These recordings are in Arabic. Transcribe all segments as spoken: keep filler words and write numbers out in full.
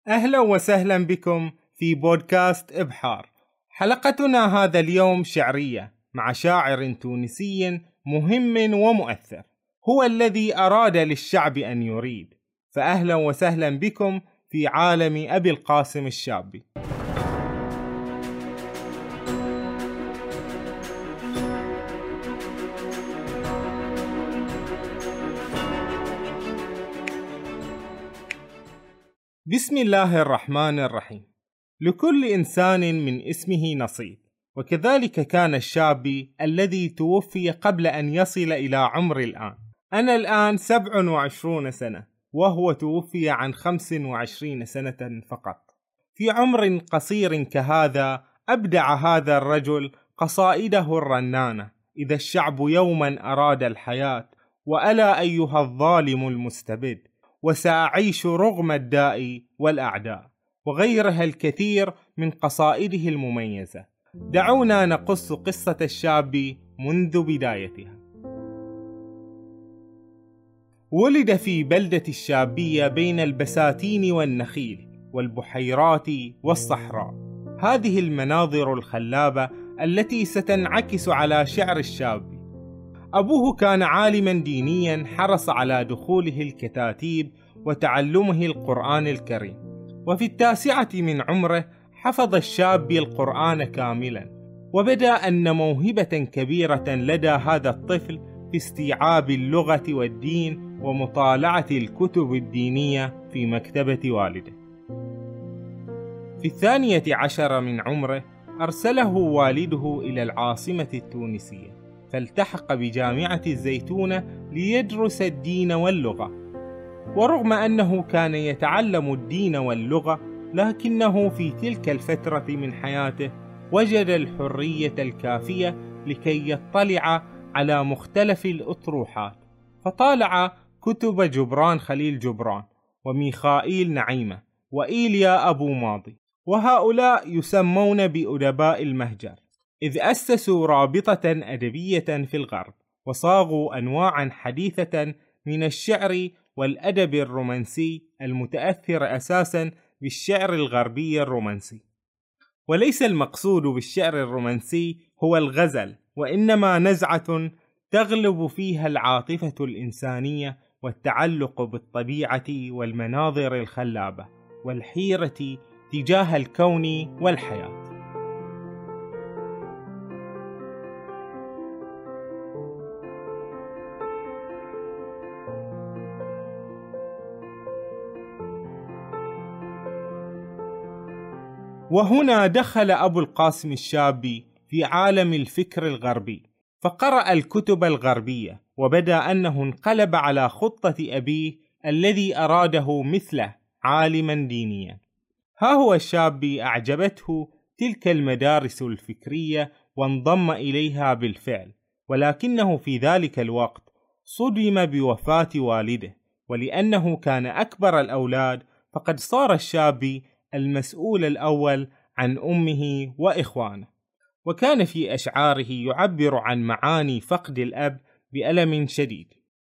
أهلا وسهلا بكم في بودكاست إبحار. حلقتنا هذا اليوم شعرية مع شاعر تونسي مهم ومؤثر، هو الذي أراد للشعب أن يريد. فأهلا وسهلا بكم في عالم أبي القاسم الشابي. بسم الله الرحمن الرحيم. لكل إنسان من اسمه نصيب، وكذلك كان الشابي الذي توفي قبل أن يصل إلى عمر الآن. أنا الآن سبع وعشرون سنة، وهو توفي عن خمس وعشرين سنة فقط. في عمر قصير كهذا أبدع هذا الرجل قصائده الرنانة: إذا الشعب يوما أراد الحياة، وألا أيها الظالم المستبد، وسأعيش رغم الداء والأعداء، وغيرها الكثير من قصائده المميزة. دعونا نقص قصة الشاب منذ بدايتها. ولد في بلدة الشابية بين البساتين والنخيل والبحيرات والصحراء، هذه المناظر الخلابة التي ستنعكس على شعر الشاب. أبوه كان عالما دينيا حرص على دخوله الكتاتيب وتعلمه القرآن الكريم، وفي التاسعة من عمره حفظ الشاب القرآن كاملا، وبدا أن موهبة كبيرة لدى هذا الطفل في استيعاب اللغة والدين ومطالعة الكتب الدينية في مكتبة والده. في الثانية عشر من عمره أرسله والده إلى العاصمة التونسية، فالتحق بجامعة الزيتونة ليدرس الدين واللغة. ورغم أنه كان يتعلم الدين واللغة، لكنه في تلك الفترة من حياته وجد الحرية الكافية لكي يطلع على مختلف الأطروحات، فطالع كتب جبران خليل جبران وميخائيل نعيمة وإيليا أبو ماضي، وهؤلاء يسمون بأدباء المهجر، إذ أسسوا رابطة أدبية في الغرب، وصاغوا أنواعا حديثة من الشعر والأدب الرومانسي المتأثر أساسا بالشعر الغربي الرومانسي. وليس المقصود بالشعر الرومانسي هو الغزل، وإنما نزعة تغلب فيها العاطفة الإنسانية والتعلق بالطبيعة والمناظر الخلابة والحيرة تجاه الكون والحياة. وهنا دخل أبو القاسم الشابي في عالم الفكر الغربي، فقرأ الكتب الغربية، وبدا أنه انقلب على خطة أبيه الذي أراده مثله عالما دينيا. ها هو الشابي أعجبته تلك المدارس الفكرية وانضم إليها بالفعل، ولكنه في ذلك الوقت صدم بوفاة والده، ولأنه كان أكبر الأولاد فقد صار الشابي المسؤول الأول عن أمه وإخوانه، وكان في أشعاره يعبر عن معاني فقد الأب بألم شديد.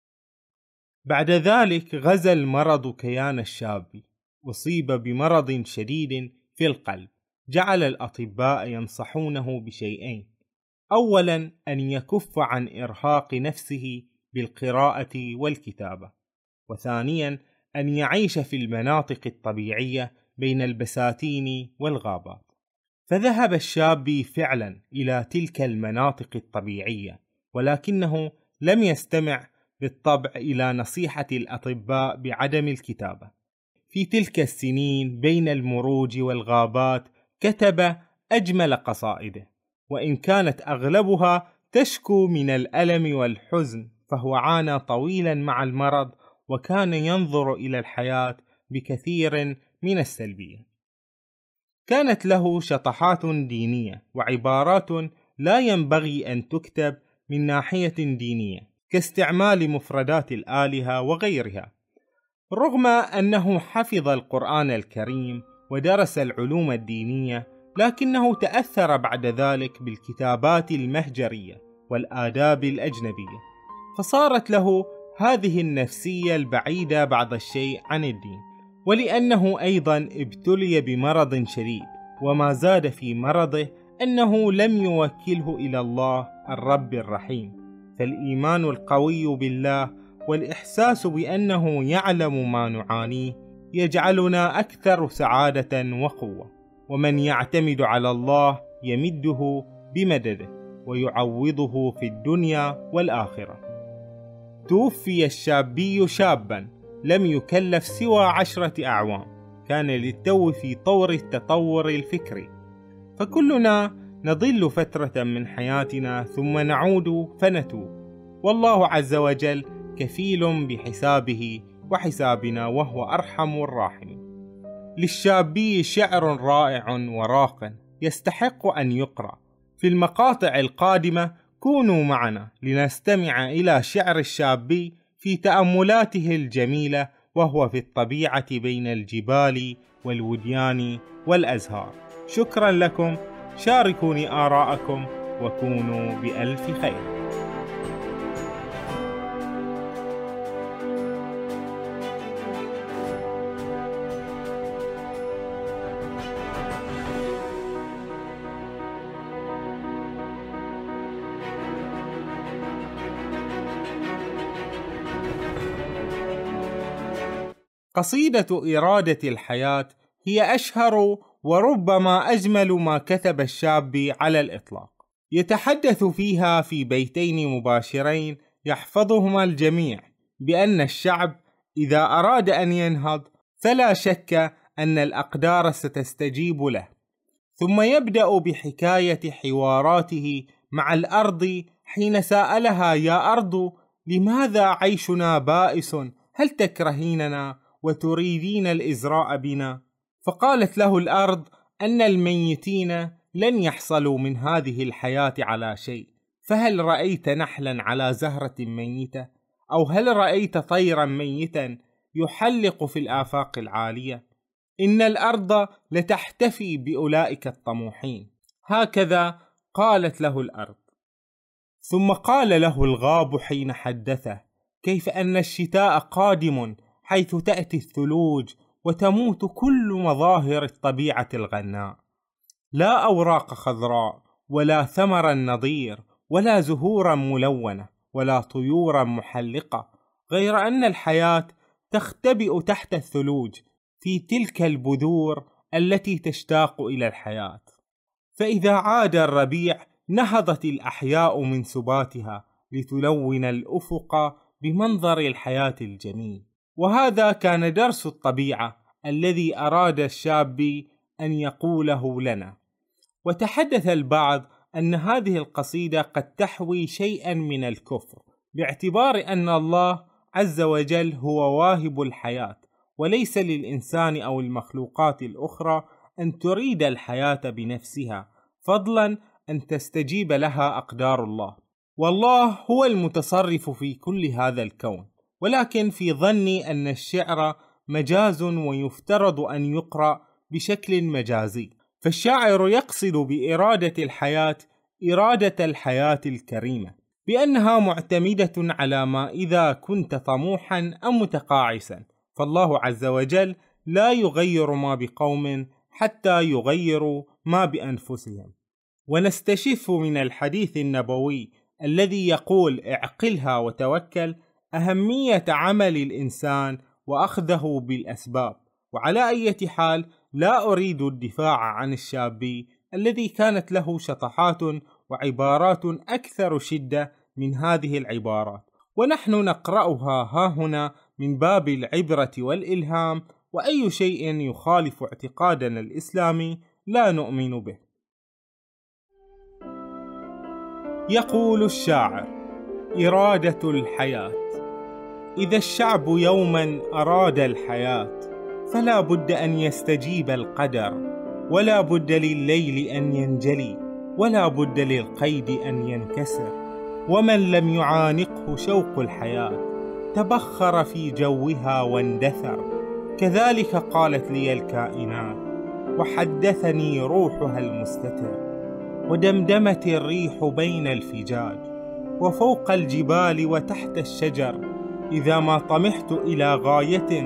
بعد ذلك غزا المرض كيان الشاب، أصيب بمرض شديد في القلب جعل الأطباء ينصحونه بشيئين: أولا أن يكف عن إرهاق نفسه بالقراءة والكتابة، وثانيا أن يعيش في المناطق الطبيعية بين البساتين والغابات. فذهب الشاب فعلا إلى تلك المناطق الطبيعية، ولكنه لم يستمع بالطبع إلى نصيحة الأطباء بعدم الكتابة. في تلك السنين بين المروج والغابات كتب أجمل قصائده، وإن كانت أغلبها تشكو من الألم والحزن، فهو عانى طويلا مع المرض، وكان ينظر إلى الحياة بكثير من السلبية. كانت له شطحات دينية وعبارات لا ينبغي أن تكتب من ناحية دينية، كاستعمال مفردات الآلهة وغيرها. رغم أنه حفظ القرآن الكريم ودرس العلوم الدينية، لكنه تأثر بعد ذلك بالكتابات المهجرية والآداب الأجنبية، فصارت له هذه النفسية البعيدة بعض الشيء عن الدين. ولأنه أيضا ابتلي بمرض شديد، وما زاد في مرضه أنه لم يوكله إلى الله الرب الرحيم. فالإيمان القوي بالله والإحساس بأنه يعلم ما نعانيه يجعلنا أكثر سعادة وقوة. ومن يعتمد على الله يمده بمدده ويعوضه في الدنيا والآخرة. توفي الشابي شابا لم يكلف سوى عشرة أعوام، كان للتو في طور التطور الفكري. فكلنا نضل فترة من حياتنا ثم نعود فنتوب، والله عز وجل كفيل بحسابه وحسابنا، وهو أرحم الراحمين. للشابي شعر رائع وراق يستحق أن يقرأ. في المقاطع القادمة كونوا معنا لنستمع إلى شعر الشابي في تأملاته الجميلة، وهو في الطبيعة بين الجبال والوديان والأزهار. شكرا لكم، شاركوني آراءكم وكونوا بألف خير. قصيدة إرادة الحياة هي أشهر وربما أجمل ما كتب الشابي على الإطلاق. يتحدث فيها في بيتين مباشرين يحفظهما الجميع بأن الشعب إذا أراد أن ينهض فلا شك أن الأقدار ستستجيب له. ثم يبدأ بحكاية حواراته مع الأرض حين سألها: يا أرض لماذا عيشنا بائس؟ هل تكرهيننا وتريدين الإزراء بنا؟ فقالت له الأرض أن الميتين لن يحصلوا من هذه الحياة على شيء، فهل رأيت نحلا على زهرة ميتة؟ أو هل رأيت طيرا ميتا يحلق في الآفاق العالية؟ إن الأرض لتحتفي بأولئك الطموحين. هكذا قالت له الأرض. ثم قال له الغاب حين حدثه: كيف أن الشتاء قادم، حيث تأتي الثلوج وتموت كل مظاهر الطبيعة الغناء، لا أوراق خضراء ولا ثمرا نضير ولا زهورا ملونة ولا طيورا محلقة، غير أن الحياة تختبئ تحت الثلوج في تلك البذور التي تشتاق إلى الحياة. فإذا عاد الربيع نهضت الأحياء من سباتها لتلون الأفق بمنظر الحياة الجميل. وهذا كان درس الطبيعة الذي أراد الشاب أن يقوله لنا. وتحدث البعض أن هذه القصيدة قد تحوي شيئا من الكفر، باعتبار أن الله عز وجل هو واهب الحياة، وليس للإنسان أو المخلوقات الأخرى أن تريد الحياة بنفسها، فضلا أن تستجيب لها أقدار الله. والله هو المتصرف في كل هذا الكون. ولكن في ظني أن الشعر مجاز ويفترض أن يقرأ بشكل مجازي، فالشاعر يقصد بإرادة الحياة إرادة الحياة الكريمة، بأنها معتمدة على ما إذا كنت طموحا أو متقاعسا، فالله عز وجل لا يغير ما بقوم حتى يغيروا ما بأنفسهم. ونستشف من الحديث النبوي الذي يقول: اعقلها وتوكل، أهمية عمل الإنسان وأخذه بالأسباب. وعلى أي حال لا أريد الدفاع عن الشابي الذي كانت له شطحات وعبارات أكثر شدة من هذه العبارات، ونحن نقرأها ها هنا من باب العبرة والإلهام، وأي شيء يخالف اعتقادنا الإسلامي لا نؤمن به. يقول الشاعر: إرادة الحياة. إذا الشعب يوما أراد الحياة فلا بد أن يستجيب القدر، ولا بد لليل أن ينجلي، ولا بد للقيد أن ينكسر. ومن لم يعانقه شوق الحياة تبخر في جوها واندثر. كذلك قالت لي الكائنات وحدثني روحها المستتر، ودمدمت الريح بين الفجاج وفوق الجبال وتحت الشجر. إذا ما طمحت إلى غاية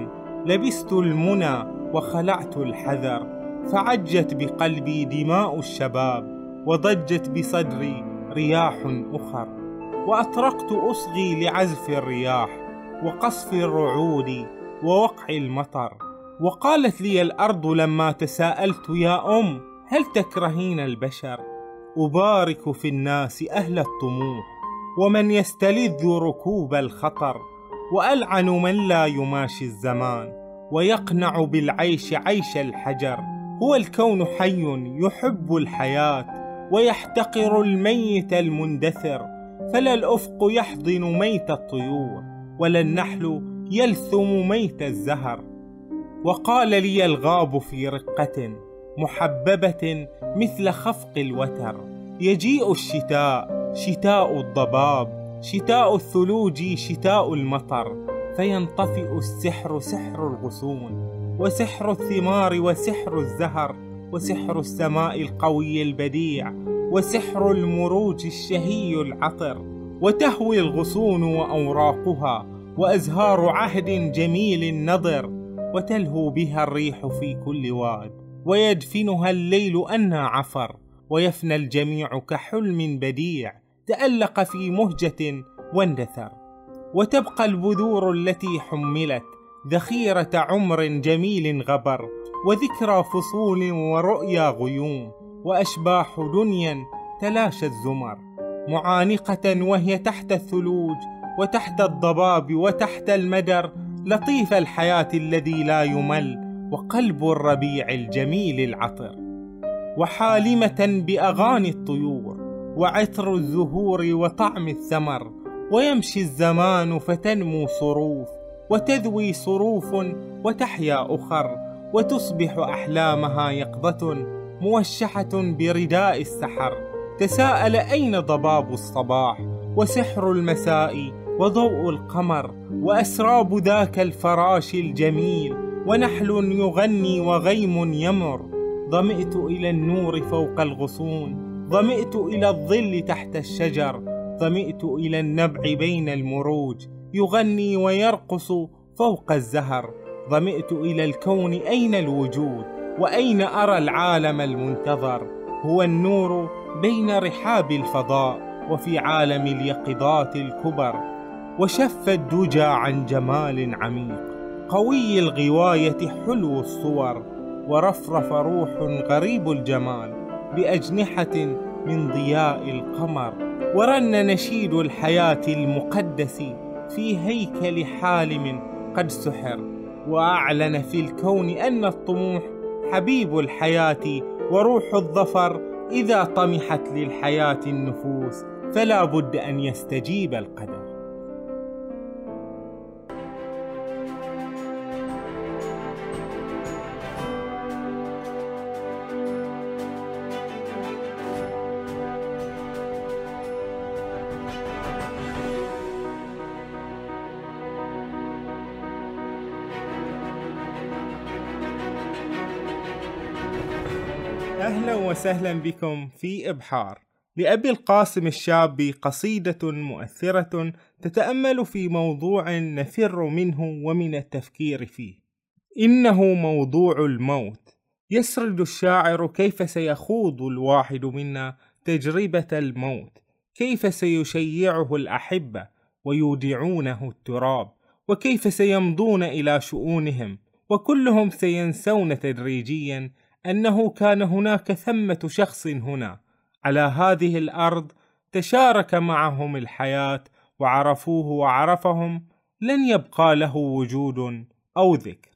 لبست المنى وخلعت الحذر، فعجت بقلبي دماء الشباب، وضجت بصدري رياح أخر، وأطرقت أصغي لعزف الرياح وقصف الرعود ووقع المطر. وقالت لي الأرض لما تساءلت: يا أم، هل تكرهين البشر؟ أبارك في الناس أهل الطموح، ومن يستلذ ركوب الخطر، وألعن من لا يماشي الزمان، ويقنع بالعيش عيش الحجر. هو الكون حي يحب الحياة، ويحتقر الميت المندثر، فلا الأفق يحضن ميت الطيور، ولا النحل يلثم ميت الزهر. وقال لي الغاب في رقة محببة مثل خفق الوتر: يجيء الشتاء، شتاء الضباب، شتاء الثلوج، شتاء المطر، فينطفئ السحر، سحر الغصون، وسحر الثمار، وسحر الزهر، وسحر السماء القوي البديع، وسحر المروج الشهي العطر، وتهوي الغصون وأوراقها وأزهار عهد جميل نضر، وتلهو بها الريح في كل واد، ويدفنها الليل أنى عفر، ويفنى الجميع كحلم بديع تألق في مهجة واندثر. وتبقى البذور التي حملت ذخيرة عمر جميل غبر، وذكرى فصول ورؤيا غيوم، وأشباح دنيا تلاشى الزمر، معانقة وهي تحت الثلوج وتحت الضباب وتحت المدر، لطيف الحياة الذي لا يمل، وقلب الربيع الجميل العطر، وحالمة بأغاني الطيور، وعطر الزهور وطعم الثمر. ويمشي الزمان فتنمو صروف، وتذوي صروف وتحيا أخر، وتصبح أحلامها يقظة موشحة برداء السحر. تساءل: أين ضباب الصباح، وسحر المساء، وضوء القمر، وأسراب ذاك الفراش الجميل، ونحل يغني وغيم يمر؟ ظمئت إلى النور فوق الغصون، ظمئت إلى الظل تحت الشجر، ظمئت إلى النبع بين المروج يغني ويرقص فوق الزهر، ظمئت إلى الكون أين الوجود، وأين أرى العالم المنتظر؟ هو النور بين رحاب الفضاء، وفي عالم اليقظات الكبر، وشف الدجى عن جمال عميق، قوي الغواية حلو الصور، ورفرف روح غريب الجمال بأجنحة من ضياء القمر، ورن نشيد الحياة المقدس في هيكل حالم قد سحر، وأعلن في الكون أن الطموح حبيب الحياة وروح الظفر. إذا طمحت للحياة النفوس فلا بد أن يستجيب القدر. أهلا وسهلا بكم في إبحار لأبي القاسم الشابي، قصيدة مؤثرة تتأمل في موضوع نفر منه ومن التفكير فيه. إنه موضوع الموت. يسرد الشاعر كيف سيخوض الواحد منا تجربة الموت، كيف سيشيعه الأحبة ويودعونه التراب، وكيف سيمضون إلى شؤونهم، وكلهم سينسون تدريجيا أنه كان هناك ثمة شخص هنا على هذه الأرض تشارك معهم الحياة وعرفوه وعرفهم، لن يبقى له وجود أو ذكر.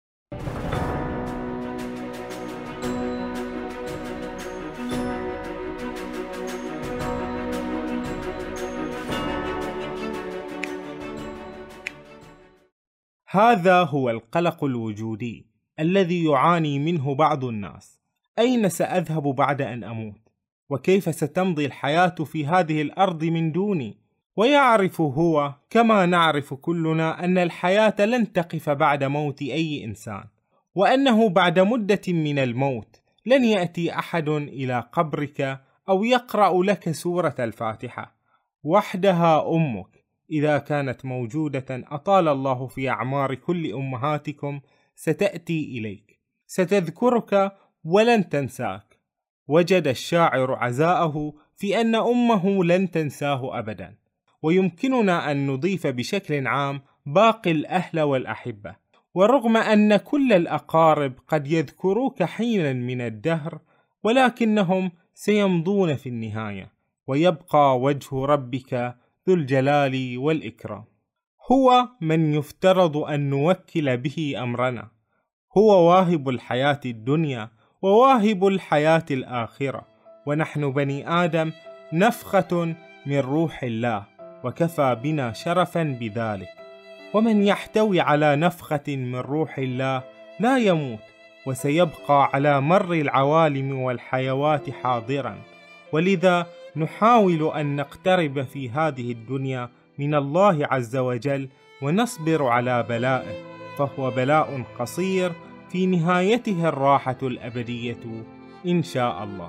هذا هو القلق الوجودي الذي يعاني منه بعض الناس. أين سأذهب بعد أن أموت؟ وكيف ستمضي الحياة في هذه الأرض من دوني؟ ويعرف هو كما نعرف كلنا أن الحياة لن تقف بعد موت أي إنسان، وأنه بعد مدة من الموت لن يأتي أحد إلى قبرك أو يقرأ لك سورة الفاتحة. وحدها أمك إذا كانت موجودة أطال الله في أعمار كل أمهاتكم ستأتي إليك، ستذكرك ولن تنساك. وجد الشاعر عزاءه في أن أمه لن تنساه أبدا. ويمكننا أن نضيف بشكل عام باقي الأهل والأحبة. ورغم أن كل الأقارب قد يذكروك حينا من الدهر، ولكنهم سيمضون في النهاية، ويبقى وجه ربك ذو الجلال والإكرام. هو من يفترض أن نوكل به أمرنا، هو واهب الحياة الدنيا وواهب الحياة الآخرة، ونحن بني آدم نفخة من روح الله، وكفى بنا شرفا بذلك. ومن يحتوي على نفخة من روح الله لا يموت، وسيبقى على مر العوالم والحيوات حاضرا. ولذا نحاول أن نقترب في هذه الدنيا من الله عز وجل، ونصبر على بلائه، فهو بلاء قصير في نهايته الراحة الأبدية إن شاء الله.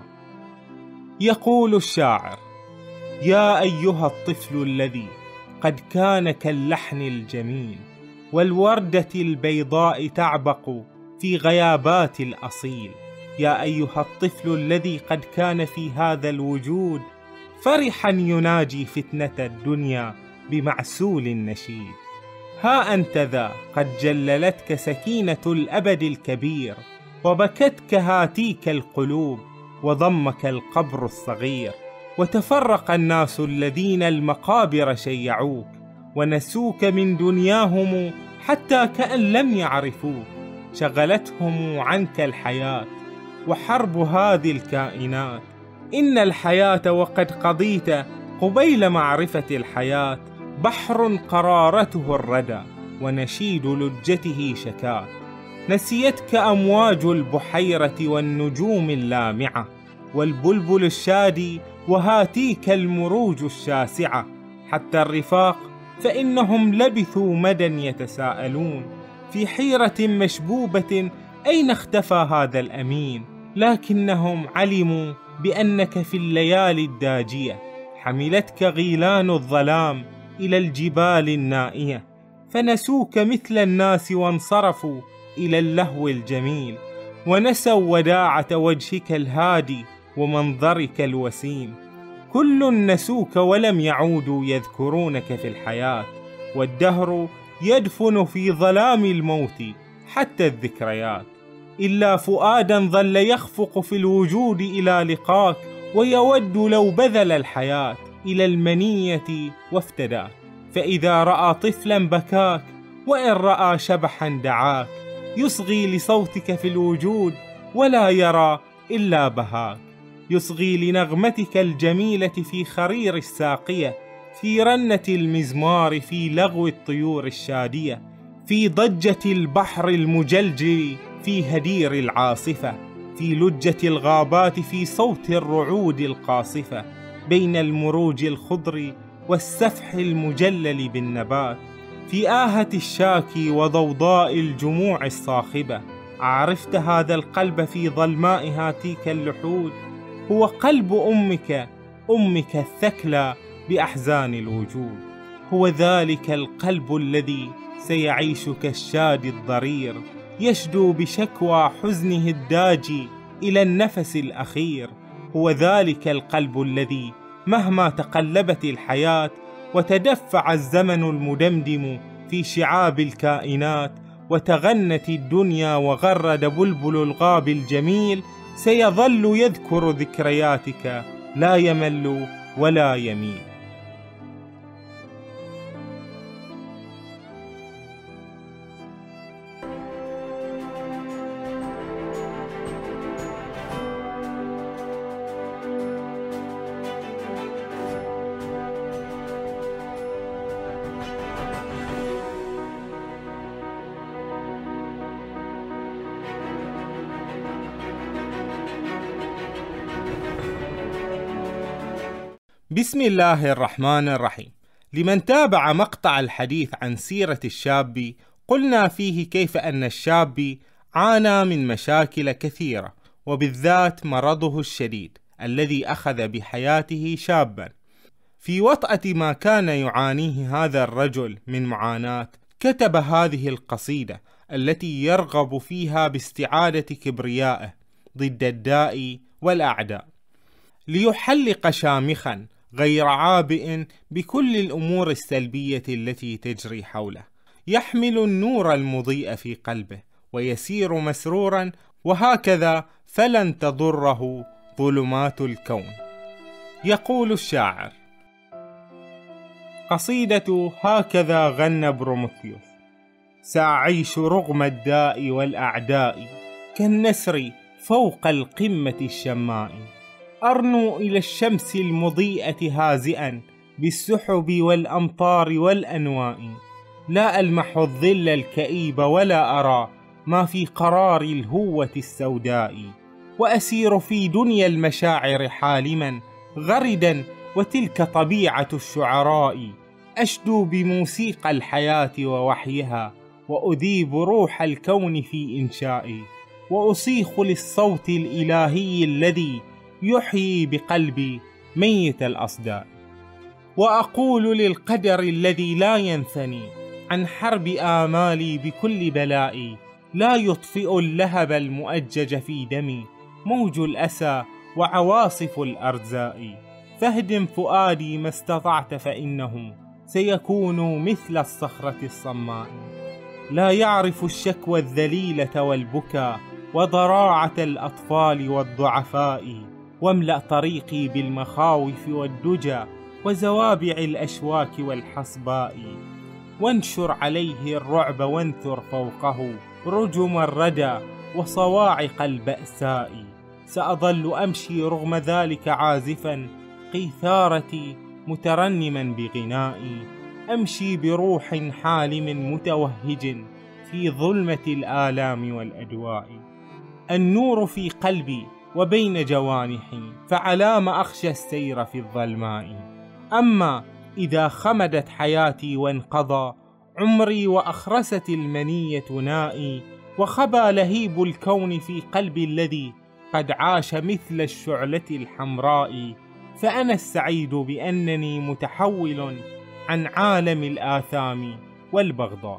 يقول الشاعر: يا أيها الطفل الذي قد كان كاللحن الجميل، والوردة البيضاء تعبق في غيابات الأصيل. يا أيها الطفل الذي قد كان في هذا الوجود فرحا يناجي فتنة الدنيا بمعسول النشيد. ها أنت ذا قد جللتك سكينة الأبد الكبير، وبكتك هاتيك القلوب، وضمك القبر الصغير. وتفرق الناس الذين المقابر شيعوك، ونسوك من دنياهم حتى كأن لم يعرفوك. شغلتهم عنك الحياة وحرب هذه الكائنات. إن الحياة وقد قضيت قبيل معرفة الحياة بحر قرارته الردى، ونشيد لجته شكاة. نسيتك أمواج البحيرة والنجوم اللامعة، والبلبل الشادي، وهاتيك المروج الشاسعة. حتى الرفاق فإنهم لبثوا مدى يتساءلون في حيرة مشبوبة أين اختفى هذا الأمين. لكنهم علموا بأنك في الليالي الداجية حملتك غيلان الظلام إلى الجبال النائية، فنسوك مثل الناس وانصرفوا إلى اللهو الجميل، ونسوا وداعة وجهك الهادي ومنظرك الوسيم. كل نسوك ولم يعودوا يذكرونك في الحياة، والدهر يدفن في ظلام الموت حتى الذكريات. إلا فؤادا ظل يخفق في الوجود إلى لقاك، ويود لو بذل الحياة إلى المنية وافتداك. فإذا رأى طفلا بكاك، وإن رأى شبحا دعاك، يصغي لصوتك في الوجود ولا يرى إلا بهاك. يصغي لنغمتك الجميلة في خرير الساقية، في رنة المزمار، في لغو الطيور الشادية، في ضجة البحر المجلجل، في هدير العاصفة، في لجة الغابات، في صوت الرعود القاصفة، بين المروج الخضر والسفح المجلل بالنبات، في آهة الشاكي وضوضاء الجموع الصاخبة. عرفت هذا القلب في ظلماء هاتيك اللحود؟ هو قلب أمك، أمك الثكلى بأحزان الوجود. هو ذلك القلب الذي سيعيش كالشاد الضرير، يشدو بشكوى حزنه الداجي إلى النفس الأخير. هو ذلك القلب الذي مهما تقلبت الحياة وتدفع الزمن المدمدم في شعاب الكائنات، وتغنت الدنيا وغرد بلبل الغاب الجميل، سيظل يذكر ذكرياتك لا يمل ولا يميل. بسم الله الرحمن الرحيم. لمن تابع مقطع الحديث عن سيرة الشاب، قلنا فيه كيف أن الشاب عانى من مشاكل كثيرة، وبالذات مرضه الشديد الذي أخذ بحياته شابا. في وطأة ما كان يعانيه هذا الرجل من معاناة، كتب هذه القصيدة التي يرغب فيها باستعادة كبريائه ضد الداء والأعداء، ليحلق شامخا غير عابئ بكل الأمور السلبية التي تجري حوله، يحمل النور المضيء في قلبه ويسير مسرورا، وهكذا فلن تضره ظلمات الكون. يقول الشاعر: قصيدة هكذا غنى بروميثيوس: سأعيش رغم الداء والأعداء كالنسر فوق القمة الشماء، أرنو إلى الشمس المضيئة هازئا بالسحب والأمطار والأنواء، لا ألمح الظل الكئيب ولا أرى ما في قرار الهوة السوداء، وأسير في دنيا المشاعر حالما غردا، وتلك طبيعة الشعراء، أشدو بموسيقى الحياة ووحيها، وأذيب روح الكون في إنشائي، وأصيخ للصوت الإلهي الذي يحيي بقلبي ميت الأصداء، وأقول للقدر الذي لا ينثني عن حرب آمالي بكل بلائي، لا يطفئ اللهب المؤجج في دمي موج الأسى وعواصف الأرزاء، فاهدم فؤادي ما استطعت فإنه سيكون مثل الصخرة الصماء، لا يعرف الشكوى الذليلة والبكاء وضراعة الأطفال والضعفاء، واملأ طريقي بالمخاوف والدجى وزوابع الأشواك والحصباء، وانشر عليه الرعب وانثر فوقه رجم الردى وصواعق البأساء، سأظل أمشي رغم ذلك عازفا قيثارتي مترنما بغنائي، أمشي بروح حالم متوهج في ظلمة الآلام والأدواء، النور في قلبي وبين جوانحي، فعلام أخشى السير في الظلماء، أما إذا خمدت حياتي وانقضى عمري وأخرست المنية نائي، وخبى لهيب الكون في قلبي الذي قد عاش مثل الشعلة الحمراء، فأنا السعيد بأنني متحول عن عالم الآثام والبغضاء.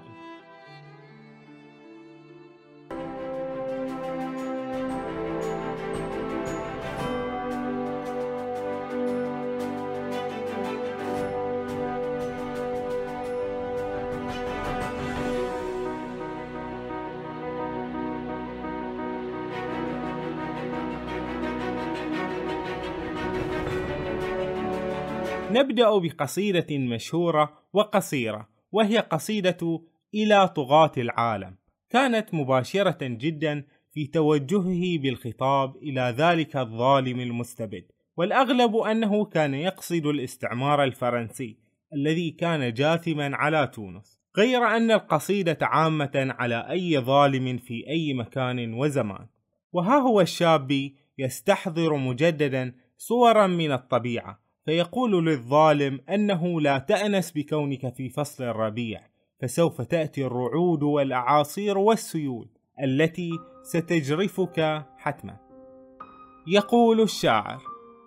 نبدأ بقصيدة مشهورة وقصيرة، وهي قصيدة إلى طغاة العالم، كانت مباشرة جدا في توجهه بالخطاب إلى ذلك الظالم المستبد، والأغلب أنه كان يقصد الاستعمار الفرنسي الذي كان جاثما على تونس، غير أن القصيدة عامة على أي ظالم في أي مكان وزمان. وها هو الشاب يستحضر مجددا صورا من الطبيعة، فيقول للظالم أنه لا تأنس بكونك في فصل الربيع، فسوف تأتي الرعود والأعاصير والسيول التي ستجرفك حتما. يقول الشاعر: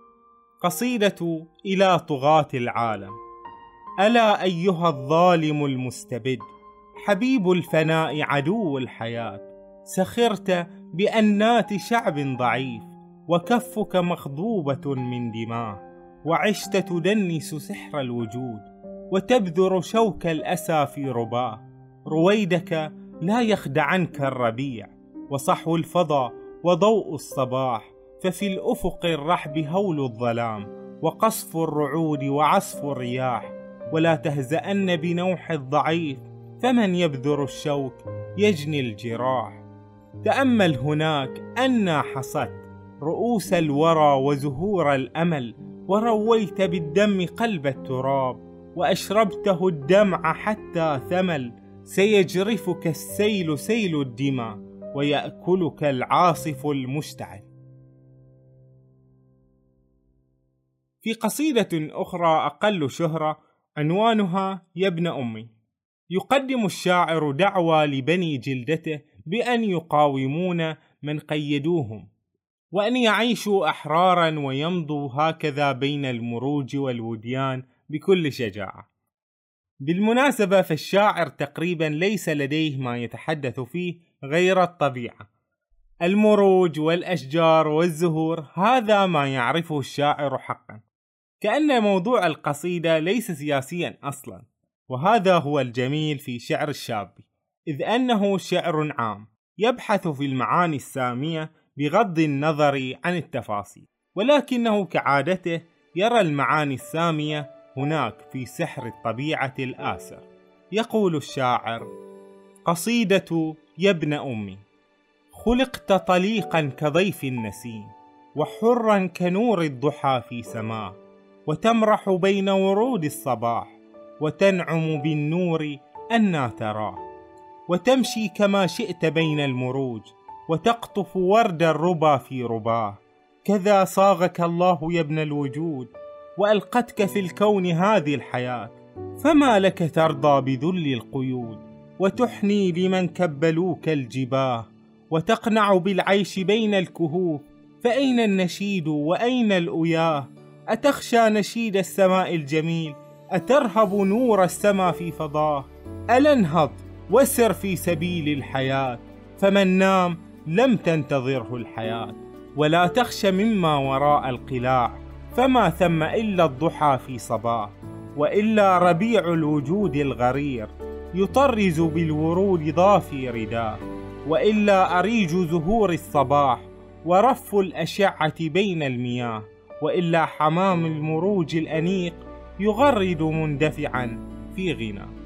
قصيدة إلى طغاة العالم. ألا أيها الظالم المستبد، حبيب الفناء عدو الحياة، سخرت بأنات شعب ضعيف، وكفك مخضوبة من دماه، وعشت تدنس سحر الوجود، وتبذر شوك الأسى في رباه، رويدك لا يخدعنك الربيع، وصحو الفضا وضوء الصباح، ففي الأفق الرحب هول الظلام، وقصف الرعود وعصف الرياح، ولا تهزأن بنوح الضعيف، فمن يبذر الشوك يجني الجراح. تأمل هناك أنا حصدت رؤوس الورى وزهور الأمل، ورويت بالدم قلب التراب، وأشربته الدمع حتى ثمل، سيجرفك السيل سيل الدماء، ويأكلك العاصف المشتعل. في قصيدة أخرى أقل شهرة عنوانها يا ابن أمي، يقدم الشاعر دعوى لبني جلدته بأن يقاومون من قيدوهم، وأن يعيشوا أحرارا ويمضوا هكذا بين المروج والوديان بكل شجاعة. بالمناسبة فالشاعر تقريبا ليس لديه ما يتحدث فيه غير الطبيعة، المروج والأشجار والزهور، هذا ما يعرفه الشاعر حقا، كأن موضوع القصيدة ليس سياسيا أصلا. وهذا هو الجميل في شعر الشابي، إذ أنه شعر عام يبحث في المعاني السامية بغض النظر عن التفاصيل، ولكنه كعادته يرى المعاني السامية هناك في سحر الطبيعة الآسر. يقول الشاعر: قصيدة يا ابن أمي، خلقت طليقا كضيف النسيم، وحرا كنور الضحى في سماه، وتمرح بين ورود الصباح، وتنعم بالنور أنى تراه، وتمشي كما شئت بين المروج، وتقطف ورد الربا في رباه. كذا صاغك الله يا ابن الوجود، وألقتك في الكون هذه الحياة، فما لك ترضى بذل القيود، وتحني لمن كبلوك الجباه، وتقنع بالعيش بين الكهوف، فأين النشيد وأين الأياه؟ أتخشى نشيد السماء الجميل؟ أترهب نور السماء في فضاه؟ ألا انهض وسر في سبيل الحياة، فمن نام لم تنتظره الحياة. ولا تخش مما وراء القلاع، فما ثم إلا الضحى في صباه، وإلا ربيع الوجود الغرير يطرز بالورود ضافي رداه، وإلا أريج زهور الصباح ورف الأشعة بين المياه، وإلا حمام المروج الأنيق يغرد مندفعا في غناه.